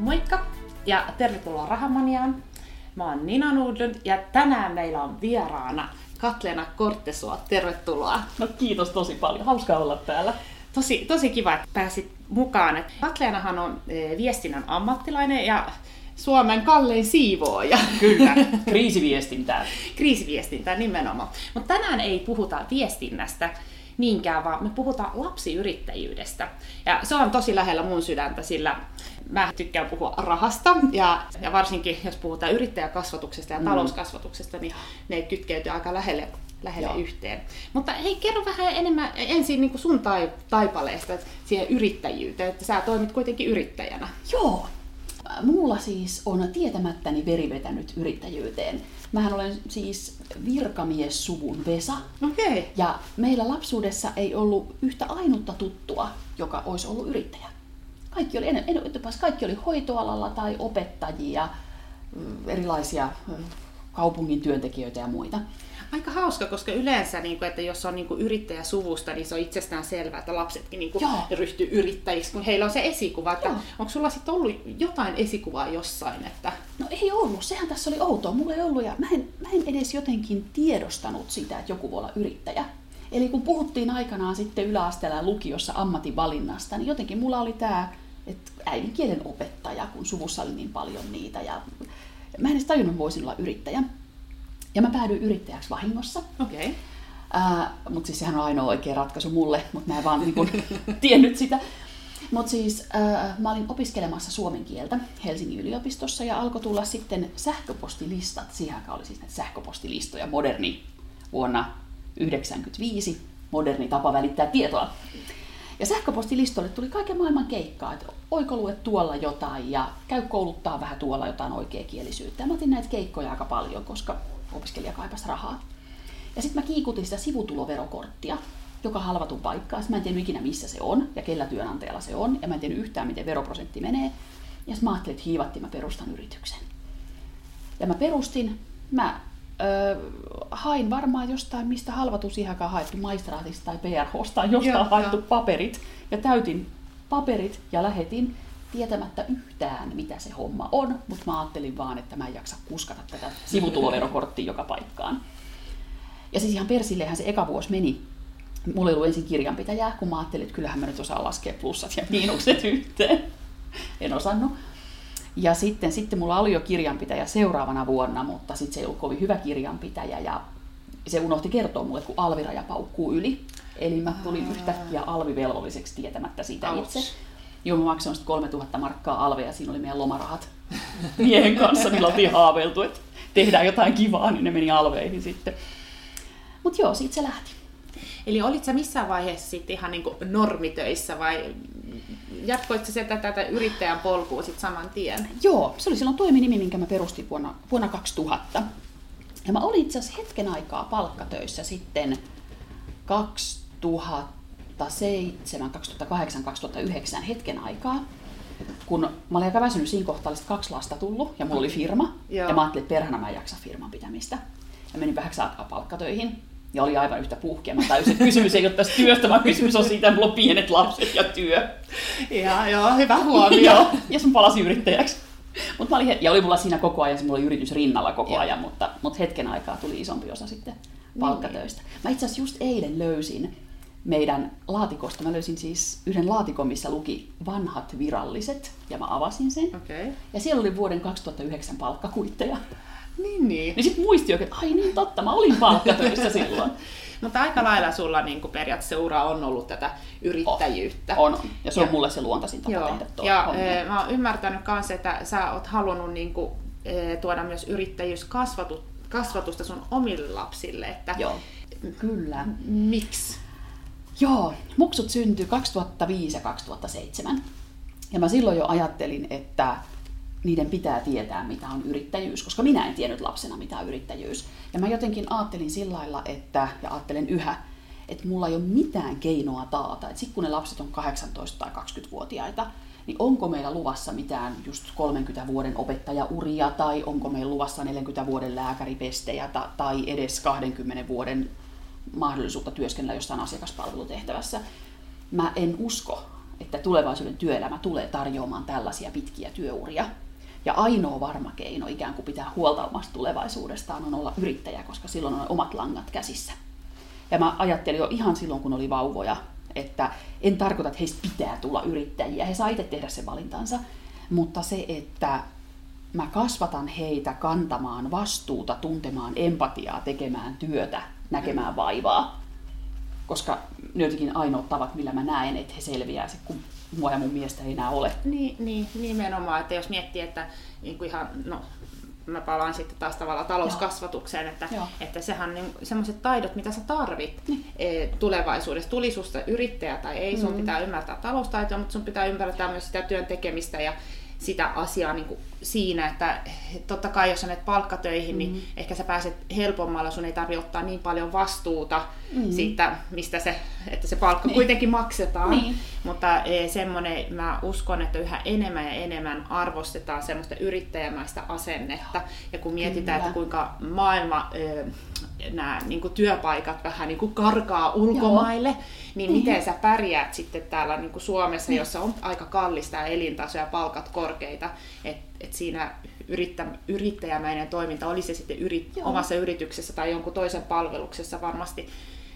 Moikka ja tervetuloa Rahamaniaan. Mä oon Nina Nordlund ja tänään meillä on vieraana Katleena Korttesuo. Tervetuloa. No kiitos tosi paljon. Hauskaa olla täällä. Tosi kiva, että pääsit mukaan. Katleenahan on viestinnän ammattilainen ja Suomen kallein siivooja. Kyllä, kriisiviestintää. Kriisiviestintää nimenomaan. Mutta tänään ei puhuta viestinnästä niinkään, vaan me puhutaan lapsiyrittäjyydestä. Ja se on tosi lähellä mun sydäntä, sillä mä tykkään puhua rahasta. Ja varsinkin, jos puhutaan yrittäjäkasvatuksesta ja talouskasvatuksesta, niin ne kytkeytyy aika lähelle yhteen. Mutta hei, kerro vähän enemmän ensin niin kuin sun taipaleesta siihen yrittäjyyteen, että sä toimit kuitenkin yrittäjänä. Joo. Mulla siis on tietämättäni veri vetänyt yrittäjyyteen. Mähän olen siis virkamiessuvun Vesa. Okay. Ja meillä lapsuudessa ei ollut yhtä ainutta tuttua, joka olisi ollut yrittäjä. Kaikki oli hoitoalalla tai opettajia, erilaisia kaupungin työntekijöitä ja muita. Aika hauska, koska yleensä, että jos on yrittäjäsuvusta, niin se on itsestään selvää, että lapsetkin ryhtyy yrittäjiksi, kun heillä on se esikuva. Että onko sulla sitten ollut jotain esikuvaa jossain? Että... No ei ollut, sehän tässä oli outoa. Mulla ei ollut ja mä en edes jotenkin tiedostanut sitä, että joku voi olla yrittäjä. Eli kun puhuttiin aikanaan sitten yläasteella ja lukiossa ammatinvalinnasta, niin jotenkin mulla oli tämä, että äidinkielen opettaja, kun suvussa oli niin paljon niitä. Ja mä en edes tajunnut, että voisin olla yrittäjä. Ja mä päädyin yrittäjäksi vahingossa. Okay. Mutta siis sehän on ainoa oikea ratkaisu mulle, mutta mä en vaan tiennyt sitä. Mutta siis mä olin opiskelemassa suomen kieltä Helsingin yliopistossa ja alkoi tulla sitten sähköpostilistat. Siihen aikaan oli siis näitä sähköpostilistoja, moderni vuonna 1995, moderni tapa välittää tietoa. Ja sähköpostilistoille tuli kaiken maailman keikkaa, että oiko lue tuolla jotain ja käy kouluttaa vähän tuolla jotain oikeakielisyyttä. Ja mä otin näitä keikkoja aika paljon, koska opiskelija kaipasi rahaa. Ja sitten mä kiikutin sitä sivutuloverokorttia, joka halvatun paikkaa. Mä en tiennyt ikinä missä se on ja kellä työnantajalla se on. Ja mä en tiennyt yhtään miten veroprosentti menee. Ja sitten mä ajattelin, että hiivattiin, mä perustan yrityksen. Ja mä perustin, hain varmaan jostain, mistä halvatus ihankaan haettu maistraatista tai PRHsta tai jostain haettu paperit. Ja täytin paperit ja lähetin tietämättä yhtään, mitä se homma on, mutta mä ajattelin vaan, että mä en jaksa kuskata tätä sivutuloverokorttia joka paikkaan. Ja siis ihan persillehän se eka vuosi meni. Mulla ei ollut ensin kirjanpitäjää, kun mä ajattelin, että kyllähän mä nyt osaan laskea plussat ja miinukset yhteen. En osannut. Ja sitten mulla oli jo kirjanpitäjä seuraavana vuonna, mutta sitten se ei ollut kovin hyvä kirjanpitäjä ja se unohti kertoa mulle, kun alviraja paukkuu yli. Eli mä tulin yhtäkkiä alvivelvolliseksi tietämättä siitä itse. Joo, mä maksoin 3000 markkaa alveja, siinä oli meidän lomarahat miehen kanssa, millä oltiin haaveiltu, että tehdään jotain kivaa, niin ne meni alveihin sitten. Mut joo, siitä se lähti. Eli olit sä missään vaiheessa sitten ihan normitöissä vai jatkoit sä tätä yrittäjän polkua sitten saman tien? Joo, se oli silloin toiminimi, minkä mä perustin vuonna 2000. Ja mä olin itse asiassa hetken aikaa palkkatöissä sitten 2007, 2008, 2009 hetken aikaa, kun mä olin aika väsynyt siinä kohtaa, oli 2 lasta tullut ja mulla oli firma. Ja mä ajattelin, että perhana mä en jaksa firman pitämistä. Ja menin vähäksi aikaa palkkatoihin ja oli aivan yhtä puhkia. Mä tajusin, että kysymys ei ole tästä työstä, vaan kysymys on siitä, että mulla on pienet lapset ja työ. Joo, hyvä huomio. Ja sun palasin yrittäjäksi. Ja oli mulla siinä koko ajan, mulla oli yritys rinnalla koko ajan, mutta hetken aikaa tuli isompi osa sitten palkkatöistä. Mä itse asiassa just eilen löysin meidän laatikosta. Mä löysin siis yhden laatikon, missä luki vanhat viralliset, ja mä avasin sen. Okay. Ja siellä oli vuoden 2009 palkkakuitteja. Niin. Niin sit muisti oikein, että ai niin totta, mä olin palkkatöissä silloin. Mutta aika lailla sulla periaatteessa ura on ollut tätä yrittäjyyttä. On. Ja se on mulle se luontaisin tapa tehdä tuo. Ja mä oon ymmärtänyt myös, että sä oot halunnut tuoda myös yrittäjyyskasvatusta sun omille lapsille. Että joo, kyllä. Miksi? Joo, muksut syntyi 2005 ja 2007. Ja mä silloin jo ajattelin, että niiden pitää tietää, mitä on yrittäjyys, koska minä en tiennyt lapsena, mitä on yrittäjyys. Ja mä jotenkin ajattelin sillä lailla, ja ajattelen yhä, että mulla ei ole mitään keinoa taata. Että sit kun ne lapset on 18 tai 20-vuotiaita, niin onko meillä luvassa mitään just 30 vuoden opettajauria, tai onko meillä luvassa 40 vuoden lääkäripestejä, tai edes 20 vuoden mahdollisuutta työskennellä jossain asiakaspalvelutehtävässä. Mä en usko, että tulevaisuuden työelämä tulee tarjoamaan tällaisia pitkiä työuria. Ja ainoa varma keino ikään kuin pitää huolta omasta tulevaisuudestaan on olla yrittäjä, koska silloin on omat langat käsissä. Ja mä ajattelin jo ihan silloin, kun oli vauvoja, että en tarkoita, että heistä pitää tulla yrittäjiä. He saa itse tehdä sen valintansa, mutta se, että mä kasvatan heitä kantamaan vastuuta, tuntemaan empatiaa, tekemään työtä, näkemään vaivaa. Koska ne jotenkin ainoat tavat, millä mä näen, että he selviää, kun mua ja mun miestä ei enää ole. Niin, nimenomaan, että jos miettii, että niin kuin ihan, mä palaan sitten taas tavallaan talouskasvatukseen, että sehän on niin, semmoiset taidot, mitä sä tarvit tulevaisuudessa. Tuli susta yrittäjä tai ei, sun pitää ymmärtää taloustaitoa, mutta sun pitää ymmärtää myös sitä työn tekemistä ja sitä asiaa niin kuin siinä, että totta kai jos sä menet palkkatöihin, niin ehkä sä pääset helpommalla, sun ei tarvitse ottaa niin paljon vastuuta siitä, mistä että se palkka kuitenkin maksetaan. Mutta semmoinen, mä uskon, että yhä enemmän ja enemmän arvostetaan semmoista yrittäjämäistä asennetta. Ja kun mietitään, että kuinka maailma, nämä niin kuin työpaikat vähän niin kuin karkaa ulkomaille, niin miten sä pärjäät sitten täällä niin kuin Suomessa, jossa on aika kallista ja elintaso ja palkat korkeita, että siinä yrittäjämäinen toiminta, oli se sitten omassa yrityksessä tai jonkun toisen palveluksessa varmasti,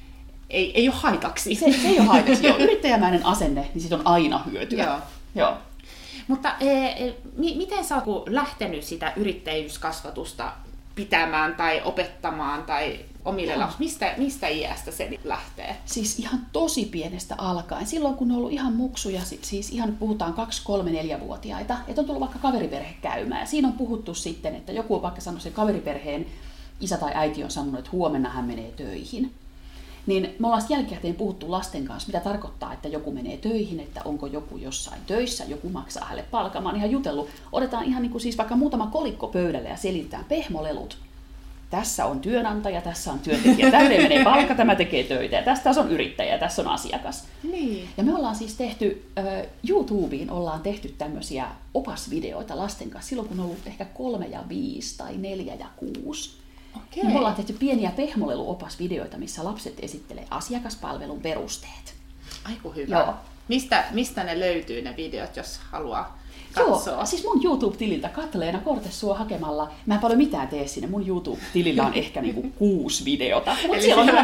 ei ole haitaksi. Se ei ole haitaksi, joo. Yrittäjämäinen asenne, niin siitä on aina hyötyä. Joo. Mutta miten sä oot lähtenyt sitä yrittäjyyskasvatusta pitämään tai opettamaan tai omille lapsille? Mistä iästä se lähtee? Siis ihan tosi pienestä alkaen. Silloin kun on ollut ihan muksuja, siis ihan puhutaan 2, 3, 4-vuotiaita, että on tullut vaikka kaveriperhe käymään. Ja siinä on puhuttu sitten, että joku on vaikka sanonut, sen kaveriperheen isä tai äiti on sanonut, että huomenna hän menee töihin. Niin me ollaan jälkikäteen puhuttu lasten kanssa, mitä tarkoittaa, että joku menee töihin, että onko joku jossain töissä, joku maksaa hänelle palkan. Mä oon ihan jutellut. Otetaan ihan niin kuin siis vaikka muutama kolikko pöydälle ja selitetään pehmolelut. Tässä on työnantaja, tässä on työntekijä, tälle menee palkka, tämä tekee töitä ja tässä on yrittäjä ja tässä on asiakas. Niin. Ja me ollaan siis tehty, YouTubeen ollaan tehty tämmöisiä opasvideoita lasten kanssa silloin, kun on ollut ehkä 3 ja 5 tai 4 ja 6. Okei. Me ollaan tehty pieniä pehmoleluopasvideoita, missä lapset esittelee asiakaspalvelun perusteet. Aiku hyvä. Joo. Mistä ne löytyy ne videot, jos haluaa katsoa? Joo, siis mun YouTube-tililtä Katleena Kortessuo hakemalla, mä en paljon mitään tee sinne, mun YouTube-tilillä on ehkä niinku 6 videota. Eli siellä on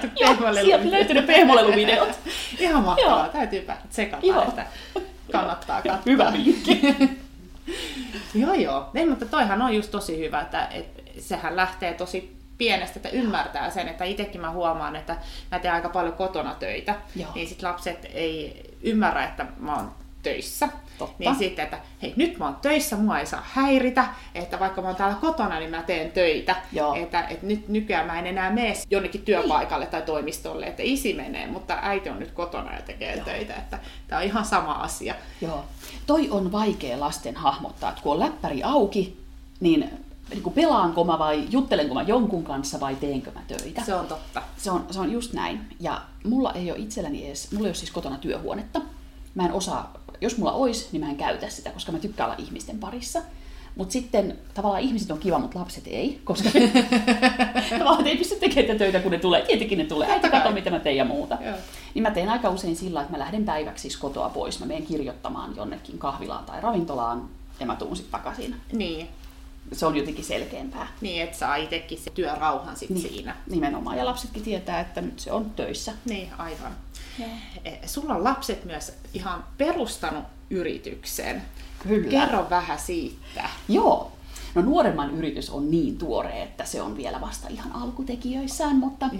löytynyt pehmoleluvideot. Ihan mahtavaa, täytyypä tsekata, että kannattaa katsoa. Hyvä vinkki. Joo. Ei, mutta toihan on just tosi hyvä, että sehän lähtee tosi pienestä, että ymmärtää sen, että itsekin mä huomaan, että mä teen aika paljon kotona töitä, niin sit lapset ei ymmärrä, että mä oon töissä. Totta. Niin sitten, että hei, nyt mä oon töissä, mua ei saa häiritä, että vaikka mä oon täällä kotona, niin mä teen töitä. Että nyt nykyään mä en enää mene jonnekin työpaikalle tai toimistolle, että isi menee, mutta äiti on nyt kotona ja tekee töitä. Että tää on ihan sama asia. Joo. Toi on vaikea lasten hahmottaa, että kun on läppäri auki, niin pelaanko mä vai juttelenko mä jonkun kanssa vai teenkö mä töitä. Se on totta. Se on just näin. Ja mulla ei ole itselläni mulla ei ole siis kotona työhuonetta. Mä en osaa, jos mulla olisi, niin mä en käytä sitä, koska mä tykkään olla ihmisten parissa. Mutta sitten tavallaan ihmiset on kiva, mutta lapset ei, koska tavallaan ei pysty tekemään töitä, kun ne tulee. Tietenkin ne tulee, äiti kato mitä mä teen ja muuta. Joo. Niin mä teen aika usein sillä, että mä lähden päiväksi siis kotoa pois. Mä menen kirjoittamaan jonnekin kahvilaan tai ravintolaan ja mä tuun sitten takaisin. Niin. Se on jotenkin selkeämpää. Niin, että saa itsekin se työrauhan sit siinä. Nimenomaan. Ja lapsetkin tietää, että nyt se on töissä. Niin, aivan. Sulla on lapset myös ihan perustanut yrityksen. Kyllä. Kerro vähän siitä. Joo. No nuoremman yritys on niin tuore, että se on vielä vasta ihan alkutekijöissään,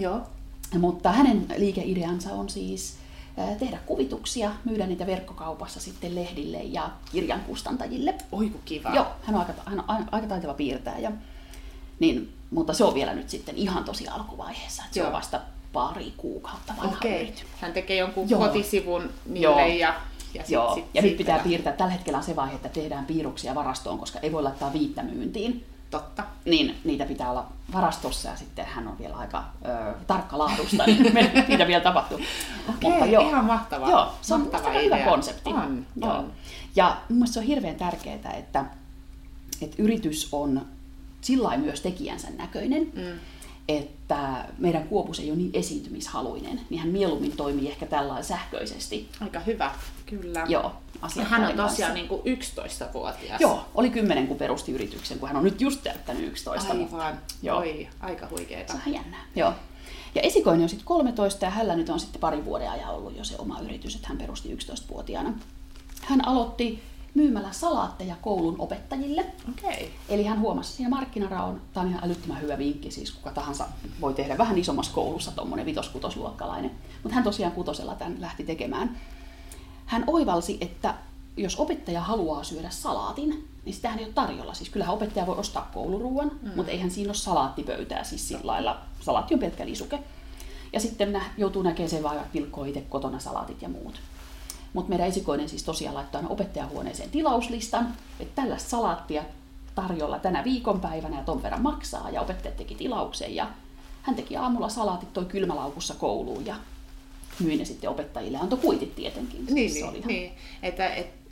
mutta hänen liikeideansa on siis tehdä kuvituksia, myydä niitä verkkokaupassa sitten lehdille ja kirjan kustantajille. Oi kun kiva. Joo, hän on aika taitava piirtäjä. Niin, mutta se on vielä nyt sitten ihan tosi alkuvaiheessa, että se on vasta pari kuukautta vanha yritys. Hän tekee jonkun kotisivun niille ja nyt pitää piirtää. Tällä hetkellä on se vaihe, että tehdään piirroksia varastoon, koska ei voi laittaa 5 myyntiin. Totta. Niin niitä pitää olla varastossa ja sitten hän on vielä aika tarkka laadusta, niin niitä vielä tapahtuu. Okei, ihan mahtavaa. Joo, se on hyvä konsepti. On. Ja mun mielestä se on hirveän tärkeää, että yritys on sillain myös tekijänsä näköinen. että meidän Kuopus ei ole niin esiintymishaluinen, niin hän mieluummin toimii ehkä tällainen sähköisesti. Aika hyvä, kyllä. Joo, hän on tosiaan niin kuin 11-vuotias. Joo, oli 10 kun perusti yrityksen, kun hän on nyt just täyttänyt 11. Aivan, joo. Oi, aika huikeeta. Se on jännää, joo. Ja esikoinen on sitten 13 ja hänellä nyt on sitten parin vuoden ajan ollut jo se oma yritys, että hän perusti 11-vuotiaana. Hän aloitti myymällä salaatteja koulun opettajille. Okay. Eli hän huomasi siinä markkinaraon, tämä on ihan älyttömän hyvä vinkki, siis kuka tahansa voi tehdä vähän isommassa koulussa tuommoinen 5-6-luokkalainen. Mutta hän tosiaan 6 tämän lähti tekemään. Hän oivalsi, että jos opettaja haluaa syödä salaatin, niin sitähän ei ole tarjolla. Siis kyllähän opettaja voi ostaa kouluruuan, mutta eihän siinä ole salaattipöytää. Siis sillä lailla salaatti on pelkkä lisuke. Ja sitten joutuu näkemään sen vaan, että pilkkoo itse kotona salaatit ja muut. Mutta meidän esikoinen siis tosiaan laittoi aina opettajahuoneeseen tilauslistan, että tällaista salaattia tarjolla tänä viikonpäivänä ja ton verran maksaa. Ja opettajat teki tilauksen ja hän teki aamulla salaatit, toi kylmälaukussa kouluun ja myi ne sitten opettajille. Antoi kuitit tietenkin. Niin. Että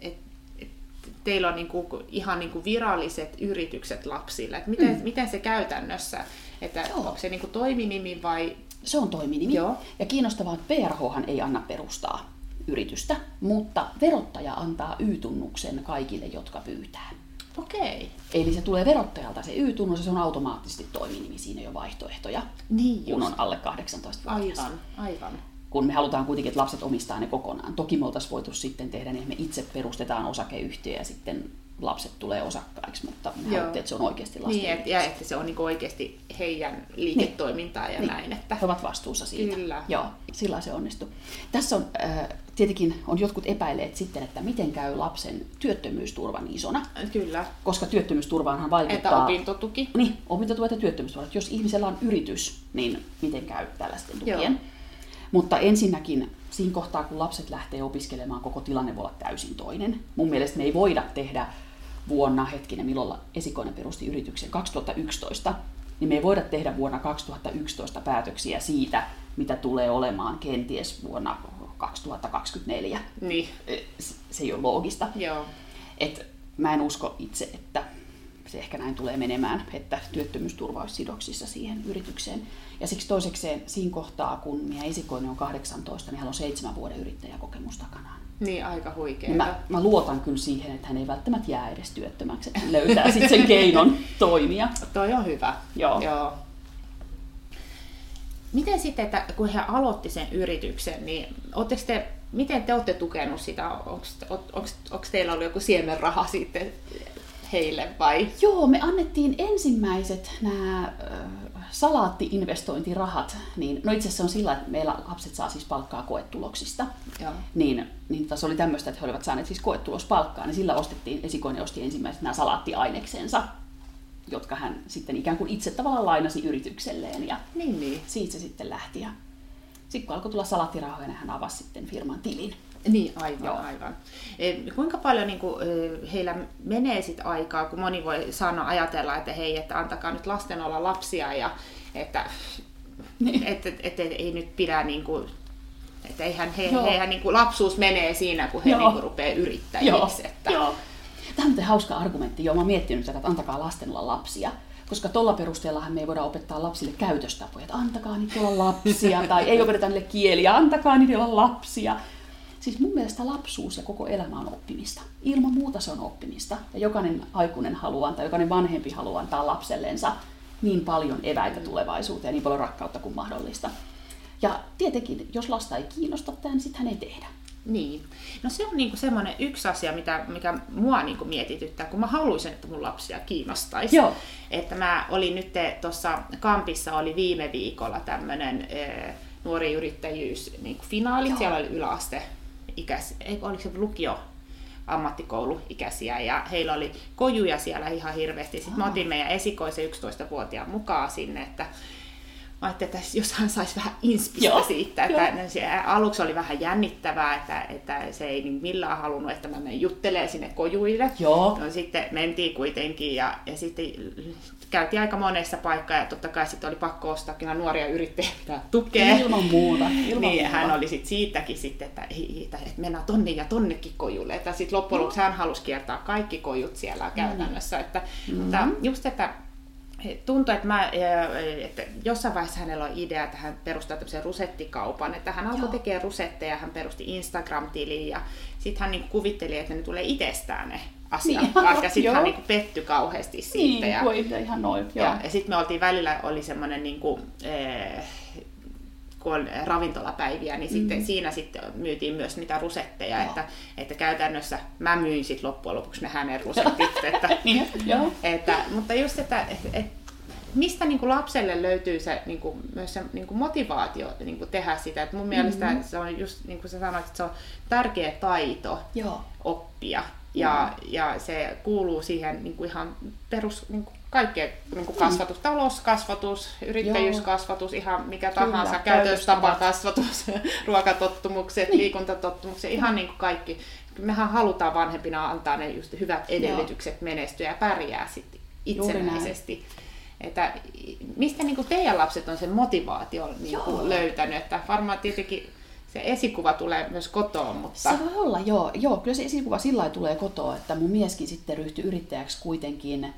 teillä on ihan viralliset yritykset lapsille. Että miten se käytännössä? Että onko se toiminimi vai? Se on toiminimi. Joo. Ja kiinnostavaa, että PRHhan ei anna perustaa yritystä, mutta verottaja antaa Y-tunnuksen kaikille, jotka pyytää. Okei. Eli se tulee verottajalta se Y-tunnus ja se on automaattisesti toiminimi. Siinä ei ole vaihtoehtoja, niin kun on alle 18-vuotias. Aivan. Kun me halutaan kuitenkin, että lapset omistaa ne kokonaan. Toki me oltaisiin voitu sitten tehdä niin, että me itse perustetaan osakeyhtiö ja sitten lapset tulee osakkaiksi, mutta me haluttiin, että se on oikeasti lasten niin, ja että se on oikeasti heidän liiketoimintaa ja näin. Että he ovat vastuussa siitä. Kyllä. Joo, sillä se onnistuu. Tässä on tietenkin on jotkut epäilleet sitten, että miten käy lapsen työttömyysturvan isona. Kyllä. Koska työttömyysturvaanhan vaikuttaa. Että opintotuki. Niin, opintotuet ja työttömyysturva. Jos ihmisellä on yritys, niin miten käy tällaisten tukien? Joo. Mutta ensinnäkin siinä kohtaa, kun lapset lähtee opiskelemaan, koko tilanne voi olla täysin toinen. Mun mielestä me ei voida tehdä vuonna, milloin esikoinen perusti yrityksen 2011, niin me ei voida tehdä vuonna 2011 päätöksiä siitä, mitä tulee olemaan kenties vuonna 2024. Niin. Se ei ole loogista. Joo. Et mä en usko itse, että se ehkä näin tulee menemään, että työttömyysturva olisi sidoksissa siihen yritykseen. Ja siksi toisekseen siinä kohtaa, kun meidän esikoinen on 18, niin hän on 7 vuoden yrittäjäkokemus takanaan. Niin, aika huikeeta. Niin mä luotan kyllä siihen, että hän ei välttämättä jää edes työttömäksi, että hän löytää sitten sen keinon toimia. Toi on hyvä. Joo. Miten sitten, että kun he aloitti sen yrityksen, niin miten te olette tukenut sitä? Onko teillä ollut joku siemenraha sitten heille vai? Joo, me annettiin ensimmäiset nämä salaatti-investointirahat. Niin, no itse asiassa on sillä, että meillä lapset saa siis palkkaa koetuloksista. Joo. Niin tässä oli tämmöistä, että he olivat saaneet siis koetulospalkkaa, niin sillä esikoinen osti ensimmäiset nämä salaattiaineksensa, jotka hän sitten ikään kuin itse tavallaan lainasi yritykselleen. Ja niin. siitä se sitten lähti. Ja sitten kun alkoi tulla salaattirahoja, niin hän avasi sitten firman tilin. Niin, aivan. Kuinka paljon heillä menee sit aikaa, kun moni voi ajatella, että hei, että antakaa nyt lasten olla lapsia ja että ei nyt pidä että eihän lapsuus menee siinä, kun he rupeaa yrittäjiksi. Joo. Tämä on muuten hauska argumentti. Joo, mä oon miettinyt tätä, että antakaa lasten olla lapsia. Koska tuolla perusteellahan me ei voida opettaa lapsille käytöstapoja, että antakaa niitä olla lapsia, tai ei opeteta niille kieliä, antakaa niitä olla lapsia. Siis mun mielestä lapsuus ja koko elämä on oppimista. Ilman muuta se on oppimista. Ja jokainen aikuinen haluaa, tai jokainen vanhempi haluaa antaa lapsellensa niin paljon eväitä tulevaisuuteen ja niin paljon rakkautta kuin mahdollista. Ja tietenkin, jos lasta ei kiinnosta tämä, niin sitten hän ei tehdä. Niin. No se on semmoinen yksi asia, mikä mua mietityttää, kun mä haluaisin, että mun lapsia kiinnostaisi. Joo. Että mä olin nyt tuossa Kampissa, oli viime viikolla tämmöinen nuori yrittäjyys finaali. Joo. Siellä oli oliko se lukio ammattikouluikäisiä ja heillä oli kojuja siellä ihan hirveästi. Sitten mä otin meidän esikoisen 11-vuotiaan mukaan sinne, että mä ajattelin, että jos hän saisi vähän inspistä siitä, että aluksi oli vähän jännittävää, että se ei millään halunnut, että mä menen juttelemaan sinne kojuille. Joo. No, sitten mentiin kuitenkin ja sitten käytiin aika monessa paikkaa ja totta kai sitten oli pakko ostaakin nuoria yrittäjiä pitää tukea. Ilman muuta. Niin, hän oli siitäkin sitten, että mennään tonne ja tonnekin kojulle. Että sitten loppujen lopuksi hän halusi kiertää kaikki kojut siellä käytännössä. Mutta just, että tuntui, että jossain vaiheessa hänellä on idea, että hän perustaa tämmöisen rusettikaupan, että hän alkoi tekemään rusetteja, hän perusti Instagram-tilin ja sitten hän niin kuvitteli, että ne tulee itsestään ne asiakkaat ja sitten hän niin pettyi kauheasti siitä. Ihan noin. Ja sitten me oltiin välillä, oli semmoinen kun on ravintolapäiviä, niin sitten siinä sitten myytiin myös niitä rusetteja, että käytännössä mä myin sitten loppujen lopuksi ne hänen rusetit. Mutta just, että mistä niin kuin lapselle löytyy se, niin kuin, myös se niin kuin motivaatio niin kuin tehdä sitä. Että mun mielestä se on just, niin kuin sä sanoit, että se on tärkeä taito oppia. Ja se kuuluu siihen niin kuin ihan perus niin kuin kaikkeen niin kuin kasvatus, talouskasvatus, yrittäjyyskasvatus, ihan mikä tahansa, käytöstapakasvatus, ruokatottumukset, liikuntatottumukset, ihan niin kuin kaikki. Mehän halutaan vanhempina antaa ne just hyvät edellytykset menestyä ja pärjää sitten itsenäisesti. Että mistä niin kuin teidän lapset on sen motivaation niin kuin löytänyt? Että varmaan tietenkin se esikuva tulee myös kotoa, mutta... Se voi olla, joo. Kyllä se esikuva sillä lailla tulee kotoa, että mun mieskin sitten ryhtyi yrittäjäksi kuitenkin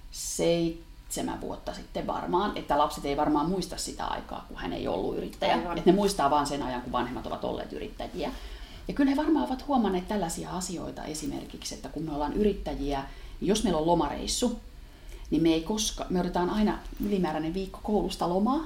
7 vuotta sitten varmaan, että lapset ei varmaan muista sitä aikaa, kun hän ei ollut yrittäjä. Että ne muistaa vaan sen ajan, kun vanhemmat ovat olleet yrittäjiä. Ja kyllä he varmaan ovat huomanneet tällaisia asioita esimerkiksi, että kun me ollaan yrittäjiä, niin jos meillä on lomareissu, niin me otetaan aina ylimääräinen viikko koulusta lomaa,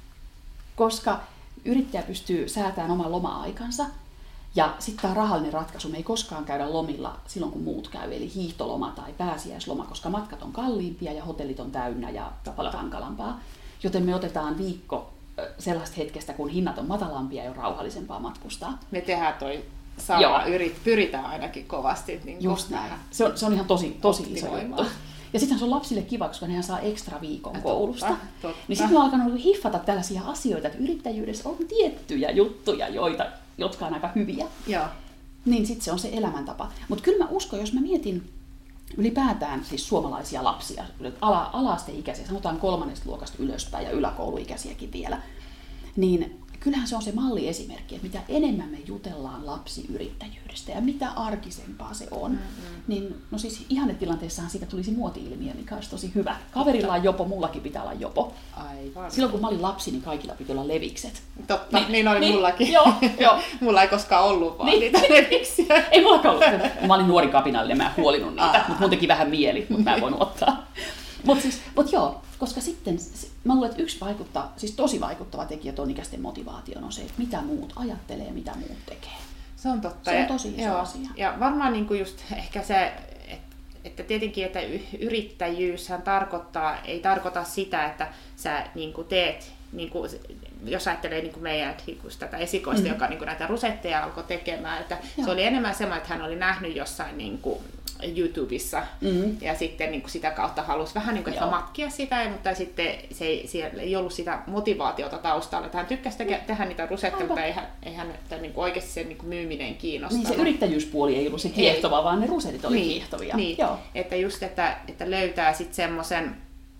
koska yrittäjä pystyy säätämään oman loma-aikansa. Ja sitten tämä rahallinen ratkaisu, me ei koskaan käydä lomilla silloin kun muut käy, eli hiihtoloma tai pääsiäisloma, koska matkat on kalliimpia ja hotellit on täynnä ja paljon hankalampaa. Joten me otetaan viikko sellaista hetkestä, kun hinnat on matalampia ja rauhallisempaa matkustaa. Me tehdään toi sama, pyritään ainakin kovasti. Niin just näin. Se on ihan tosi iso juttu. Ja sitten se on lapsille kiva, koska nehän saa ekstra viikon koulusta. Totta. Niin sitten on alkanut hiffata tällaisia asioita, että yrittäjyydessä on tiettyjä juttuja, jotka on aika hyviä. Joo. Niin sitten se on se elämäntapa. Mutta kyllä mä uskon, jos mä mietin ylipäätään siis suomalaisia lapsia, ala-asteikäisiä, sanotaan 3. luokasta ylöspäin ja yläkouluikäisiäkin vielä, niin kyllähän se on se malliesimerkki, että mitä enemmän me jutellaan lapsiyrittäjyydestä ja mitä arkisempaa se on, niin no siis ihannetilanteessahan siitä tulisi muoti-ilmiö, mikä olisi tosi hyvä. Kaverilla on jopo, mullakin pitää olla jopo. Aivan. Silloin kun mä olin lapsi, niin kaikilla piti olla levikset. Totta, niin oli mullakin. Joo. Mulla ei koskaan ollut vaan niitä leviksiä. Ei mullakaan ollut. Mä olin nuori kapinallinen, mä en huolinut niitä, mutta mun teki vähän mieli, mutta mä en voinut ottaa. Mutta joo, koska sitten mä luulen, että yksi tosi vaikuttava tekijä tuon ikäisten motivaation on se, että mitä muut ajattelee, mitä muut tekee. Se on totta. Se on tosi iso asia. Ja varmaan niin kuin just ehkä se, että tietenkin, että yrittäjyyshän ei tarkoita sitä, että sä niin kuin teet, niin kuin, jos ajattelee niin kuin meidän tätä esikoista, joka niin kuin näitä rusetteja alkoi tekemään, että se oli enemmän semmoinen, että hän oli nähnyt jossain niin kuin YouTubessa ja sitten niin kuin sitä kautta halusi vähän niin kuin ehkä matkia sitä, mutta sitten siellä ei ollut sitä motivaatiota taustalla, että hän tykkäsi tehdä niitä rusetteja, mutta ei hän niin kuin oikeasti sen niin kuin myyminen kiinnostanut. Niin se yrittäjyyspuoli ei ollut se kiehtova, vaan ne rusetit oli kiehtovia. Niin. Että just, että löytää sitten semmoisen,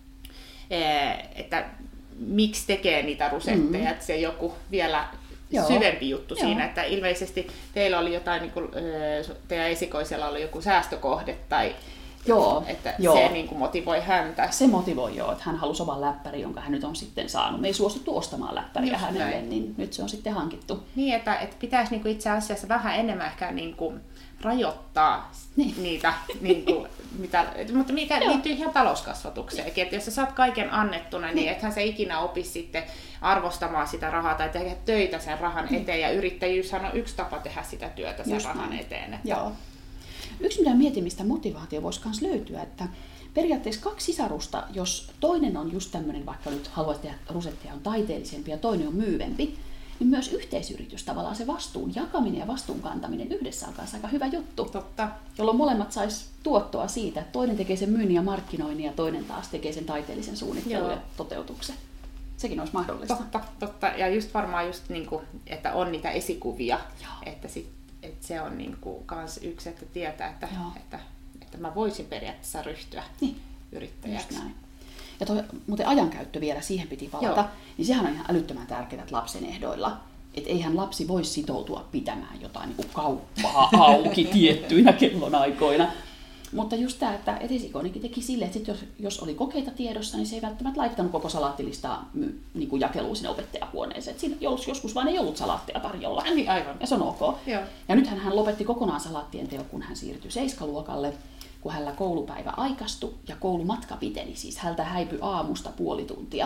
että miksi tekee niitä rusetteja, että se joku vielä syvempi juttu siinä, että ilmeisesti teillä oli jotain, niin kuin, teidän esikoisella oli joku säästökohde tai että se niin kuin motivoi häntä. Se motivoi että hän halusi oman läppäri, jonka hän nyt on sitten saanut. Me ei suostuttu ostamaan läppäriä hänelle, niin nyt se on sitten hankittu. Niin, että pitäisi niin kuin itse asiassa vähän enemmän ehkä niin kuin rajoittaa niitä, niin kuin, mutta mikä liittyy ihan talouskasvatukseenkin, että jos sä saat kaiken annettuna, niin ethän sä ikinä opi sitten arvostamaan sitä rahaa tai tehdä töitä sen rahan eteen, ja yrittäjyyshän on yksi tapa tehdä sitä työtä sen rahan eteen. Että... Joo. Yksi mitä mietin, mistä motivaatio voisi myös löytyä, että periaatteessa 2 sisarusta, jos toinen on just tämmöinen, vaikka nyt haluaisi tehdä rusetteja on taiteellisempi ja toinen on myyvempi, niin myös yhteisyritys tavallaan se vastuun jakaminen ja vastuun kantaminen yhdessä on kanssa aika hyvä juttu. Totta. Jolloin molemmat sais tuottoa siitä, että toinen tekee sen myynnin ja markkinoinnin ja toinen taas tekee sen taiteellisen suunnittelun ja toteutuksen. Sekin olisi mahdollista. Totta. Ja just varmaan just niin kuin, että on niitä esikuvia, että se on niin kuin kans yksi, että tietää, että mä voisin periaatteessa ryhtyä yrittäjäksi. Ja muuten ajankäyttö vielä, siihen piti palata, niin sehän on ihan älyttömän tärkeää lapsen ehdoilla. Että eihän lapsi voi sitoutua pitämään jotain niin kuin kauppaa auki tiettyinä kellonaikoina. Mutta just tämä, että etesikonikin teki silleen, että jos oli kokeita tiedossa, niin se ei välttämättä laittanut koko salaattilistaa niin kuin jakeluun sinne opettajahuoneeseen. Siinä joskus vaan ei ollut salaattia tarjolla. Niin, aivan. Ja se on ok. Joo. Ja nythän hän lopetti kokonaan salaattien teon, kun hän siirtyi 7-luokalle, kun hänellä koulupäivä aikastui ja koulumatka piteli. Siis häneltä häipyi aamusta puoli tuntia.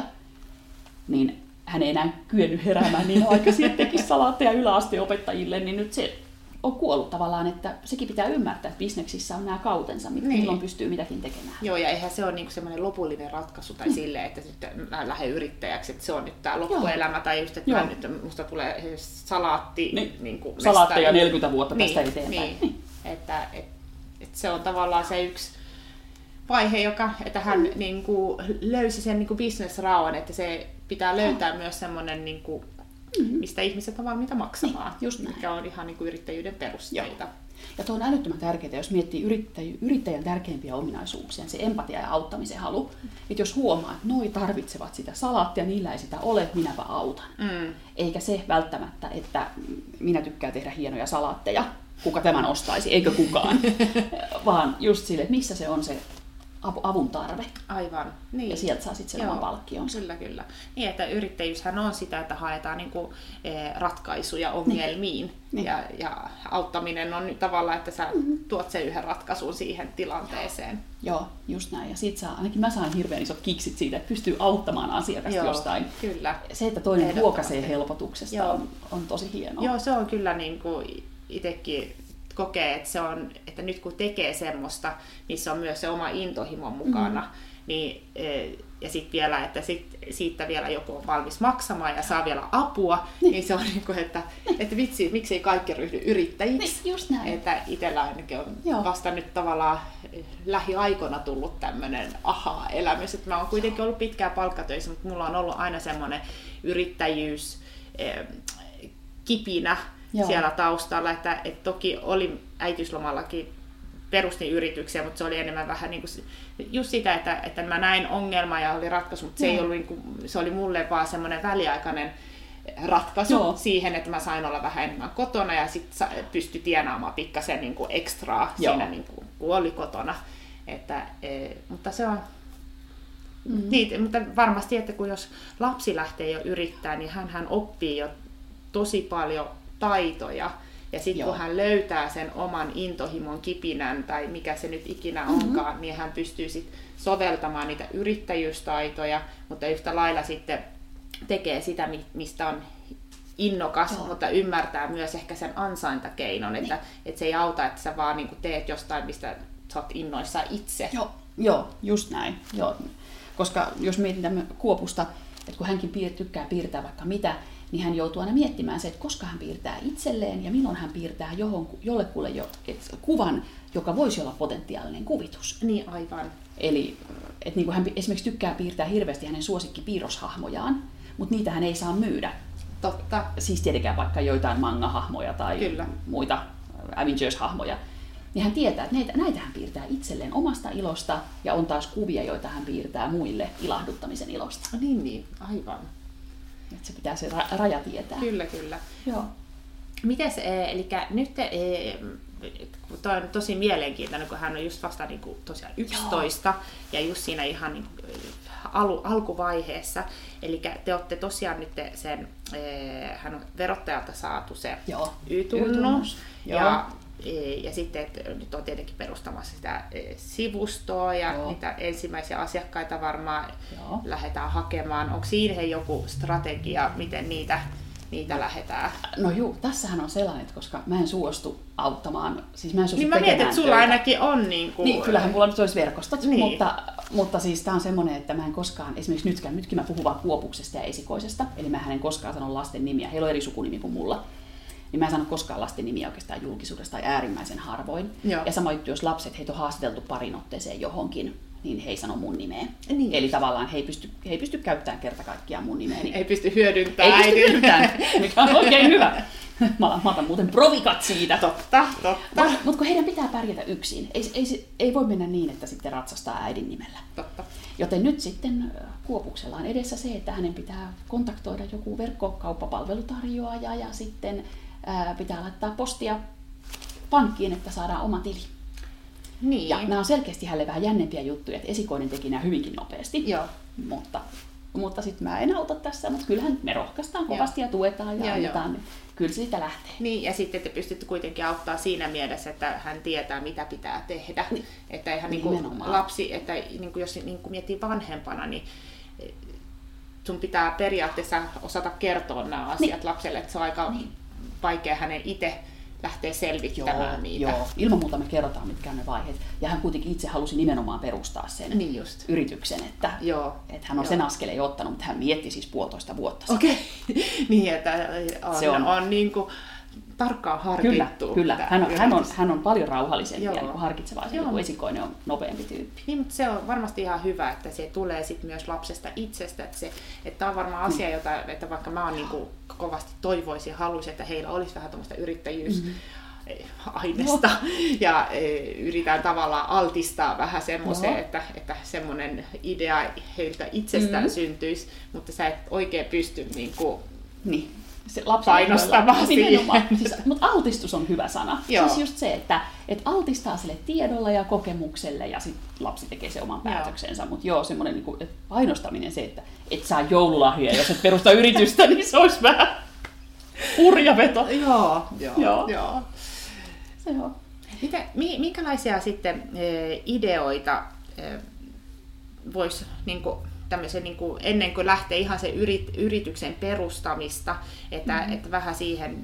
Niin hän ei enää kyennyt heräämään niin aikaisin, että tekisi salaatteja yläasteen opettajille, niin nyt se on kuollut tavallaan, että sekin pitää ymmärtää, että bisneksissä on nämä kautensa, milloin pystyy mitäkin tekemään. Joo, ja eihän se ole niinku semmoinen lopullinen ratkaisu tai silleen, että sitten mä lähden yrittäjäksi, että se on nyt tämä loppuelämä, tai just, että nyt musta tulee salaatti. Niin salaatteja 40 vuotta tästä eteenpäin. Niin. Että se on tavallaan se yksi vaihe, että hän niinku löysi sen niinku business-raon, että se pitää löytää myös semmoinen, niinku, mistä ihmiset on valmiita maksamaan, mikä on ihan niinku yrittäjyyden perusteita. Joo. Ja tuo on älyttömän tärkeää, jos miettii yrittäjän tärkeimpiä ominaisuuksia, se empatia ja auttamisen halu. Että jos huomaa, että noi tarvitsevat sitä salaattia, niillä ei sitä ole, minäpä autan. Eikä se välttämättä, että minä tykkään tehdä hienoja salaatteja, kuka tämän ostaisi, eikö kukaan. Vaan just sille, että missä se on se avun tarve. Aivan. Niin. Ja sieltä saa sitten sen oman palkkionsa. Kyllä. Niin, että yrittäjyyshän on sitä, että haetaan niinku ratkaisuja ongelmiin. Niin. Ja auttaminen on nyt tavallaan, että sä tuot sen yhden ratkaisun siihen tilanteeseen. Joo, just näin. Ja sit ainakin mä saan hirveän isot kiksit siitä, että pystyy auttamaan asiakasta jostain. Kyllä. Se, että toinen huokaisee helpotuksesta on tosi hienoa. Joo, se on kyllä niin kuin itsekin kokee, että se on, että nyt kun tekee semmoista, missä on myös se oma intohimo mukana, niin, ja sitten vielä, että siitä vielä joku on valmis maksamaan ja saa vielä apua, niin se on niin kuin, että vitsi, miksei kaikki ryhdy yrittäjiksi. Niin, just näin. Että itsellä ainakin on vasta nyt tavallaan lähiaikoina tullut tämmöinen aha-elämys, että mä oon kuitenkin ollut pitkään palkkatöissä, mutta mulla on ollut aina semmoinen yrittäjyys kipinä siellä taustalla, että toki oli äitiyslomallakin perustin yrityksiä, mutta se oli enemmän vähän niin kuin just sitä, että mä näin ongelmaa ja oli ratkaisu, mutta se ei ollut niin kuin, se oli mulle vaan semmoinen väliaikainen ratkaisu siihen, että mä sain olla vähän enemmän kotona ja sitten pystyi tienaamaan pikkasen niin kuin ekstraa siinä, niin kuin, kun oli kotona. Mutta se on niin, mutta varmasti, että kun jos lapsi lähtee jo yrittämään, niin hän oppii jo tosi paljon taitoja. Ja sitten kun hän löytää sen oman intohimon kipinän tai mikä se nyt ikinä onkaan, niin hän pystyy sitten soveltamaan niitä yrittäjyystaitoja, mutta yhtä lailla sitten tekee sitä, mistä on innokas, mutta ymmärtää myös ehkä sen ansaintakeinon, että se ei auta, että sä vaan niinku teet jostain, mistä sä oot innoissaan itse. Joo, just näin. Joo. Koska jos mietitään Kuopusta, että kun hänkin tykkää piirtää vaikka mitä, niin hän joutuu aina miettimään se, että koska hän piirtää itselleen ja milloin hän piirtää jollekulle kuvan, joka voisi olla potentiaalinen kuvitus. Niin, aivan. Eli että niin kuin hän esimerkiksi tykkää piirtää hirveästi hänen suosikkipiirroshahmojaan, mutta niitä hän ei saa myydä. Totta. Siis tietenkään vaikka joitain manga-hahmoja tai muita Avengers-hahmoja. Niin hän tietää, että näitä hän piirtää itselleen omasta ilosta ja on taas kuvia, joita hän piirtää muille ilahduttamisen ilosta. Niin, aivan. Että se pitää se raja tietää. Kyllä. Joo. Mites, eli nyt toi on tosi mielenkiintoinen, kun hän on just vasta niin kuin tosiaan 11 ja just siinä ihan niin alkuvaiheessa. Eli te olette tosiaan nyt sen, hän on verottajalta saatu se Y-tunnus. Ja sitten että nyt on tietenkin perustamassa sitä sivustoa ja niitä ensimmäisiä asiakkaita varmaan lähdetään hakemaan. Onko siihen joku strategia, miten niitä lähdetään? No juu, tässähän on sellainen, että koska mä en suostu auttamaan, siis mä en suostu niin mä mietin, että sulla ainakin on niin kyllähän mulla nyt olisi verkostot, mutta siis tää on semmoinen, että mä en koskaan, esimerkiksi nytkin mä puhun vaan Kuopuksesta ja esikoisesta, eli mä en koskaan sano lasten nimiä, heillä on eri sukunimi kuin mulla. Niin mä en sano koskaan lasten nimiä oikeastaan julkisuudesta tai äärimmäisen harvoin. Ja samoin, jos lapset, heitä on haastateltu parin otteeseen johonkin, niin he ei sano mun nimeä. Niin. Eli tavallaan he ei pysty käyttämään kerta kaikkiaan mun nimeä. Niin ei pysty hyödyntämään. Mikä on oikein hyvä. Mä otan muuten provikat siitä. Totta. Mutta kun heidän pitää pärjätä yksin. Ei voi mennä niin, että sitten ratsastaa äidin nimellä. Totta. Joten nyt sitten Kuopuksella on edessä se, että hänen pitää kontaktoida joku verkkokauppapalvelutarjoaja ja sitten pitää laittaa postia pankkiin, että saadaan oma tili. Niin. Ja nämä on selkeästi hänelle vähän jännempiä juttuja, että esikoinen teki nämä hyvinkin nopeasti. Joo. Mutta sitten mä en auta tässä, mutta kyllähän me rohkaistaan kovasti ja tuetaan ja annetaan, niin kyllä se siitä lähtee. Niin, ja sitten te pystytte kuitenkin auttaa siinä mielessä, että hän tietää, mitä pitää tehdä. Niin. Että eihän lapsi, että jos miettii vanhempana, niin sun pitää periaatteessa osata kertoa nämä asiat lapselle, että se on aika vaikea hänen itse lähteä selvittämään niitä. Joo, ilman muuta me kerrotaan, mitkä on ne vaiheet. Ja hän kuitenkin itse halusi nimenomaan perustaa sen yrityksen, että hän on sen askeleen ottanut, mutta hän mietti siis 1,5 vuotta. Okei, niin että on niin kuin tarkkaan harkittu. Kyllä. Hän on paljon rauhallisempi ja niin harkitsevaisempi, kun esikoinen on nopeampi tyyppi. Niin, mutta se on varmasti ihan hyvä, että se tulee sit myös lapsesta itsestä. Että on varmaan asia, jota että vaikka mä oon niin kuin kovasti toivoisin ja haluaisin, että heillä olisi vähän tuommoista yrittäjyysainesta. Ja yritän tavallaan altistaa vähän semmoiseen, että semmoinen idea heiltä itsestään syntyisi, mutta sä et oikein pysty painostamaan siihen. Mutta altistus on hyvä sana. Siis just se, että altistaa sille tiedolla ja kokemukselle ja sitten lapsi tekee sen oman päätöksensä. Mutta semmoinen niinku, painostaminen se, että et saa joululahjoja, jos et perusta yritystä, niin se olisi vähän hurja veto. Joo. Minkälaisia sitten ideoita voisi tämmöisen, ennen kuin lähtee ihan sen yrityksen perustamista, että vähän siihen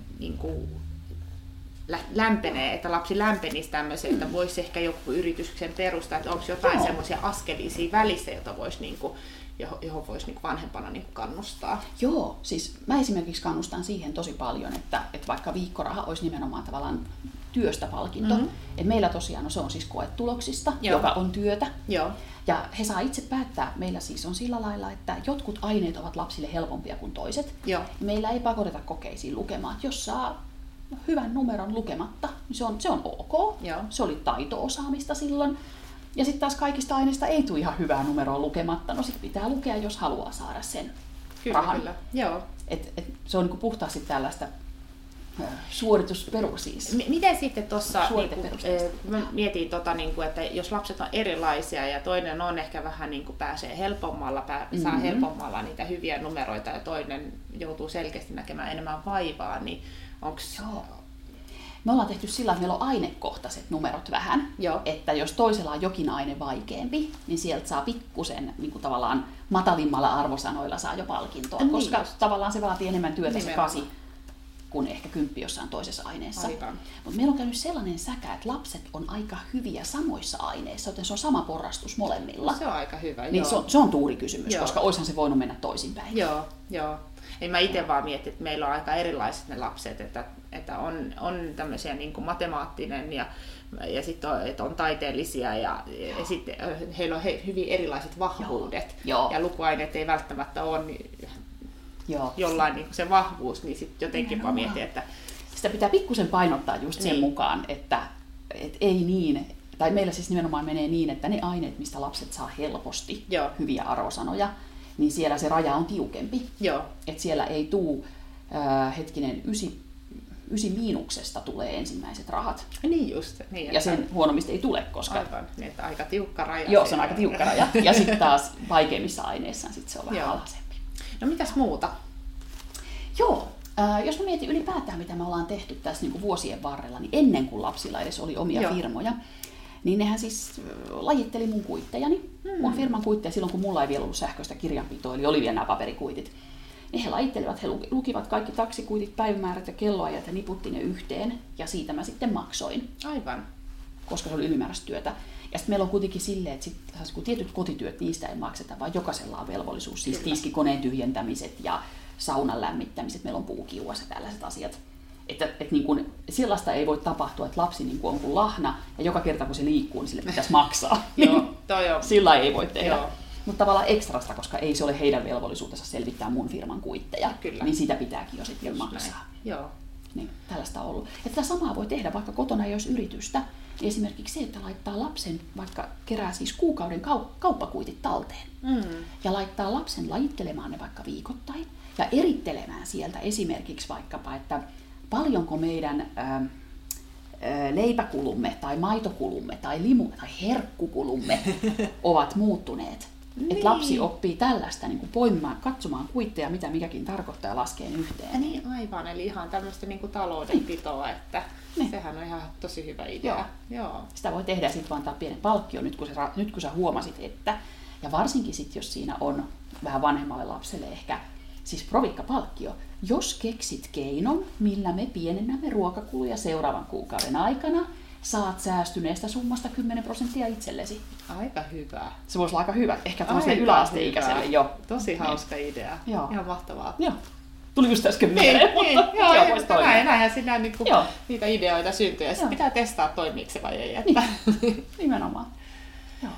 lämpenee, että lapsi lämpenisi tämmöisen, että voisi ehkä joku yrityksen perustaa, että onko jotain semmoisia askelia siinä välissä, jota voisi johon voisi vanhempana kannustaa. Joo, siis mä esimerkiksi kannustan siihen tosi paljon, että vaikka viikkoraha olisi nimenomaan tavallaan työstä palkinto. Et meillä tosiaan se on siis koetuloksista, joka on työtä. Joo. Ja he saa itse päättää, meillä siis on sillä lailla, että jotkut aineet ovat lapsille helpompia kuin toiset. Joo. Meillä ei pakoteta kokeisiin lukemaan. Jos saa hyvän numeron lukematta, niin se on ok. Joo. Se oli taito-osaamista silloin. Ja sitten taas kaikista aineista ei tule ihan hyvää numeroa lukematta. No sitten pitää lukea, jos haluaa saada sen rahan. Kyllä. Joo. Se on puhtaasti tällaista suoritusperu siis. Miten sitten tuossa, mietin, että jos lapset on erilaisia ja toinen on ehkä vähän pääsee helpommalla, saa helpommalla niitä hyviä numeroita ja toinen joutuu selkeästi näkemään enemmän vaivaa, niin onks... Joo. Me ollaan tehty sillä, että meillä on ainekohtaiset numerot vähän, että jos toisella on jokin aine vaikeampi, niin sieltä saa pikkusen tavallaan matalimmalla arvosanoilla saa jo palkintoa, koska tavallaan se vaatii enemmän työtä se 8 kuin ehkä 10 jossain toisessa aineessa. Mutta meillä on käynyt sellainen säkä, että lapset on aika hyviä samoissa aineissa, joten se on sama porrastus molemmilla. Se on aika hyvä, niin se on tuurikysymys, koska oishan se voinut mennä toisinpäin. Joo. Ei mä itse vaan mietin, että meillä on aika erilaiset ne lapset, että on tämmöisiä matemaattinen ja sitten on taiteellisia ja sitten heillä on hyvin erilaiset vahvuudet. Ja lukuaineet ei välttämättä ole jollain se vahvuus, niin sitten jotenkin vaan mietin, että... Sitä pitää pikkusen painottaa just sen mukaan, että ei niin, tai meillä siis nimenomaan menee niin, että ne aineet, mistä lapset saa helposti hyviä arvosanoja, niin siellä se raja on tiukempi. Että siellä ei tule 9 miinuksesta tulee ensimmäiset rahat. Niin just. Niin, ja sen huonommista ei tule, koska... Aivan, niin että aika tiukka raja. Joo, se on aika tiukka raja. Ja sitten taas vaikeimmissa aineissa sit se on vähän alhaisempi. No mitäs muuta? Joo, jos mä mietin ylipäätään, mitä me ollaan tehty tässä vuosien varrella, niin ennen kuin lapsilla edes oli omia firmoja, niin nehän siis lajitteli mun kuittejani. Mun firman kuitteja silloin, kun mulla ei vielä ollut sähköistä kirjanpitoa, eli oli vielä nämä paperikuitit. Niin he lajittelivat, he lukivat kaikki taksikuitit, päivämäärät ja kelloajat ja niputti ne yhteen, ja siitä mä sitten maksoin. Aivan. Koska se oli ylimääräistä työtä. Ja sitten meillä on kuitenkin silleen, että kun tietyt kotityöt, niistä ei makseta, vaan jokaisella on velvollisuus. Siis tiskikoneen tyhjentämiset ja saunan lämmittämiset, meillä on puukiuas ja tällaiset asiat. Että niin kun, sellaista ei voi tapahtua, että lapsi on kuin lahna, ja joka kerta kun se liikkuu, niin sille pitäisi maksaa. Sillä ei voi tehdä. Mutta tavallaan ekstrasta, koska ei se ole heidän velvollisuutensa selvittää mun firman kuitteja, niin sitä pitääkin jo sitten maksaa. Niin, tällaista on ollut. Ja tätä samaa voi tehdä, vaikka kotona ei olisi yritystä. Niin esimerkiksi se, että laittaa lapsen, vaikka kerää siis kuukauden kauppakuitit talteen, ja laittaa lapsen lajittelemaan ne vaikka viikoittain, ja erittelemään sieltä esimerkiksi vaikkapa, että paljonko meidän leipäkulumme tai maitokulumme tai limu- tai herkkukulumme ovat muuttuneet. Niin. Että lapsi oppii tällaista niin kuin poimimaan, katsomaan kuitteja, mitä mikäkin tarkoittaa ja laskeen yhteen. Niin aivan, eli ihan tämmöistä niin kuin taloudenpitoa, että sehän on ihan tosi hyvä idea. Joo. Sitä voi tehdä ja sitten vaan antaa pienen palkkio nyt kun sä huomasit, että, ja varsinkin sitten jos siinä on vähän vanhemmalle lapselle ehkä, siis provikkapalkkio, jos keksit keinon, millä me pienennämme ruokakuluja seuraavan kuukauden aikana, saat säästyneestä summasta 10% itsellesi. Aika hyvä. Se voisi olla aika hyvä, ehkä tämmöiselle yläasteikäiselle jo. Tosi hauska idea. Joo. Ihan mahtavaa. Joo. Tuli just äsken mieleen. Joo, näinhän siinä niin kuin niitä ideoita syntyy ja sitten pitää testaa toimiiko se vai ei. Että. Nimenomaan. Joo.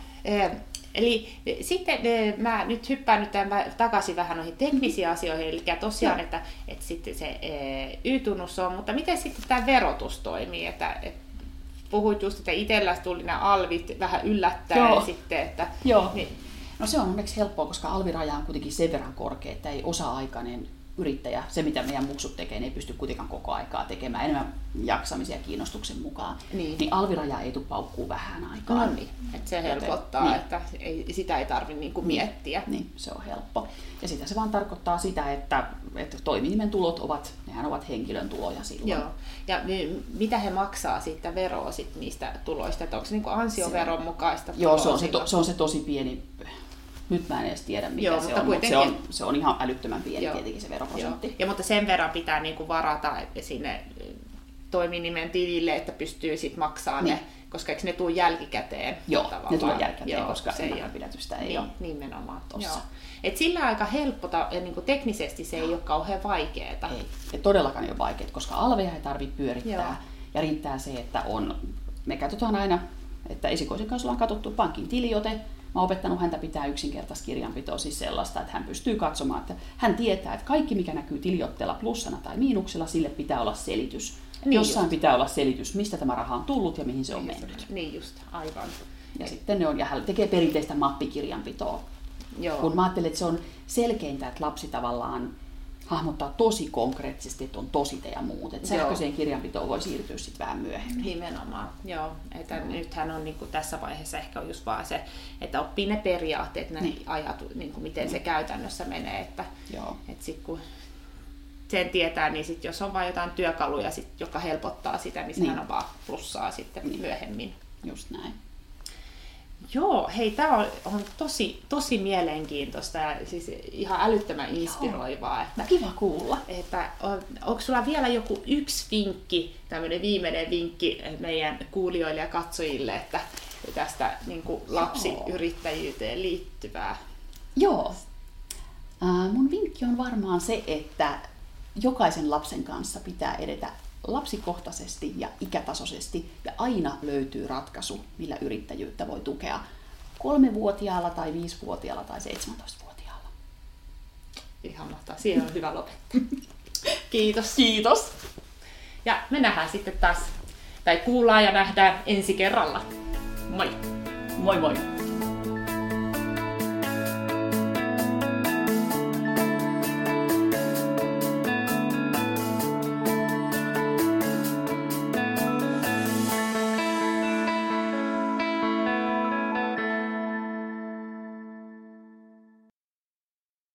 Eli sitten mä nyt hyppään nyt takaisin vähän noihin teknisiin asioihin, eli tosiaan, että sitten se Y-tunnus on, mutta miten sitten tämä verotus toimii, että puhuit just, että itsellä tuli nämä alvit vähän yllättäen sitten, että... Joo. Niin. No se on onneksi helppoa, koska alviraja on kuitenkin sen verran korkea, että ei osa-aikainen yrittäjä, se mitä meidän muksut tekee, ne ei pysty kuitenkaan koko aikaa tekemään enemmän jaksamisen ja kiinnostuksen mukaan. Niin alviraja ei tule paukkuu vähän aikaa. No niin, että se helpottaa, että sitä ei tarvitse niinku miettiä. Niin, se on helppo. Ja sitä se vaan tarkoittaa sitä, että toiminimen tulot nehän ovat henkilön tuloja silloin. Joo. Ja mitä he maksaa siitä veroa niistä tuloista? Että onko se niinku ansioveron mukaista tuloa? Joo, se on se tosi pieni. Nyt mä en edes tiedä, mikä se on, mutta se on ihan älyttömän pieni tietenkin se veroprosentti. Ja, mutta sen verran pitää niinku varata sinne toiminimen tilille, että pystyy sit maksamaan ne, koska eikö ne tule jälkikäteen? Joo, tavallaan? Ne tulee jälkikäteen, koska ennakonpidätystä ei ole nimenomaan tossa. Et sillä on aika helppota, ja niinku teknisesti se ei ole kauhean vaikeaa. Ei todellakaan ei ole vaikeaa, koska alveja ei tarvitse pyörittää. Ja riittää se, että me katsotaan aina, että esikoisen kanssa ollaan katsottu pankin tiliote. Mä oon opettanut häntä pitää yksinkertaista kirjanpitoa, siis sellaista, että hän pystyy katsomaan, että hän tietää, että kaikki mikä näkyy tiliotteella plussana tai miinuksella, sille pitää olla selitys. Niin jossain pitää olla selitys, mistä tämä raha on tullut ja mihin se on mennyt. Niin just, aivan. Ja sitten hän tekee perinteistä mappikirjanpitoa. Joo. Kun mä ajattelen, että se on selkeintä, että lapsi tavallaan hahmottaa tosi konkreettisesti, että on tosite ja muut. Että sähköiseen kirjanpitoon voi siirtyä sitten vähän myöhemmin. Nimenomaan, joo. Että nythän on niin kuin tässä vaiheessa ehkä on just vaan se, että oppii ne periaatteet, ne ajat, niin kuin miten se käytännössä menee. Että sitten kun sen tietää, niin sit jos on vain jotain työkaluja, joka helpottaa sitä, niin sehän on vaan plussaa sitten myöhemmin. Just näin. Joo, hei, tämä on tosi mielenkiintoista ja siis ihan älyttömän inspiroivaa. Että, kiva kuulla. Että, onko sulla vielä joku yksi vinkki, tämmöinen viimeinen vinkki meidän kuulijoille ja katsojille, että tästä niin kuin lapsiyrittäjyyteen liittyvää? Joo. Mun vinkki on varmaan se, että jokaisen lapsen kanssa pitää edetä lapsikohtaisesti ja ikätasoisesti ja aina löytyy ratkaisu, millä yrittäjyyttä voi tukea 3-vuotiaalla tai 5-vuotiaalla tai 17-vuotiaalla. Ihan mahtavaa. Siihen on hyvä lopettaa. Kiitos. Kiitos. Ja me nähdään sitten taas, tai kuullaan ja nähdään ensi kerralla. Moi! Moi moi!